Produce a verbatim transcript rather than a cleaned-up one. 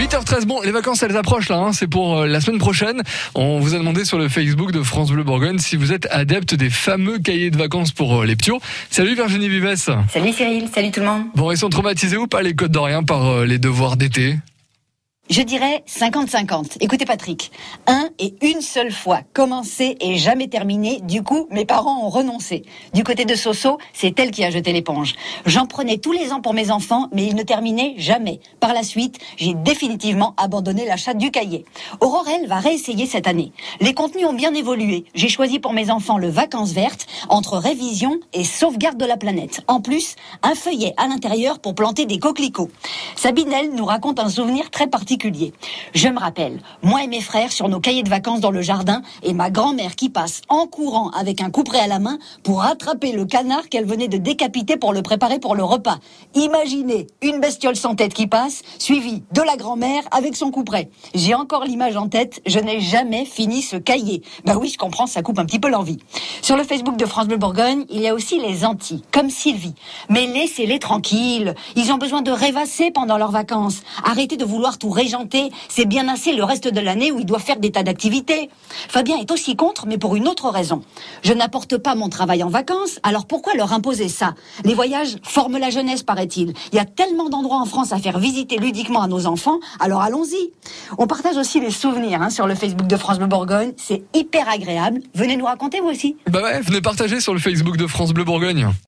huit heures treize, bon, les vacances elles approchent là, hein, c'est pour euh, la semaine prochaine. On vous a demandé sur le Facebook de France Bleu Bourgogne si vous êtes adepte des fameux cahiers de vacances pour euh, les ptios. Salut Virginie Vives. Salut Cyril, salut tout le monde. Bon, ils sont traumatisés ou pas les Côtes d'Orient par euh, les devoirs d'été ? Je dirais cinquante cinquante. Écoutez Patrick, un et une seule fois, commencé et jamais terminé, du coup mes parents ont renoncé. Du côté de Soso, c'est elle qui a jeté l'éponge. J'en prenais tous les ans pour mes enfants, mais ils ne terminaient jamais. Par la suite, j'ai définitivement abandonné l'achat du cahier. Aurorelle va réessayer cette année. Les contenus ont bien évolué. J'ai choisi pour mes enfants le Vacances vertes, entre révision et sauvegarde de la planète. En plus, un feuillet à l'intérieur pour planter des coquelicots. Sabine, elle, nous raconte un souvenir très particulier. Je me rappelle, moi et mes frères sur nos cahiers de vacances dans le jardin et ma grand-mère qui passe en courant avec un couperet à la main pour attraper le canard qu'elle venait de décapiter pour le préparer pour le repas. Imaginez une bestiole sans tête qui passe, suivie de la grand-mère avec son couperet. J'ai encore l'image en tête, je n'ai jamais fini ce cahier. Bah oui, je comprends, ça coupe un petit peu l'envie. Sur le Facebook de France Bleu Bourgogne, il y a aussi les Antilles, comme Sylvie. Mais laissez-les tranquilles, ils ont besoin de rêvasser pendant leurs vacances. Arrêtez de vouloir tout réjanter, c'est bien assez le reste de l'année où ils doivent faire des tas d'activités. Fabien est aussi contre, mais pour une autre raison. Je n'apporte pas mon travail en vacances, alors pourquoi leur imposer ça ? Les voyages forment la jeunesse, paraît-il. Il y a tellement d'endroits en France à faire visiter ludiquement à nos enfants, alors allons-y. On partage aussi les souvenirs hein, sur le Facebook de France Bleu Bourgogne, c'est hyper agréable. Venez nous raconter vous aussi. Bah ouais, venez partager sur le Facebook de France Bleu Bourgogne.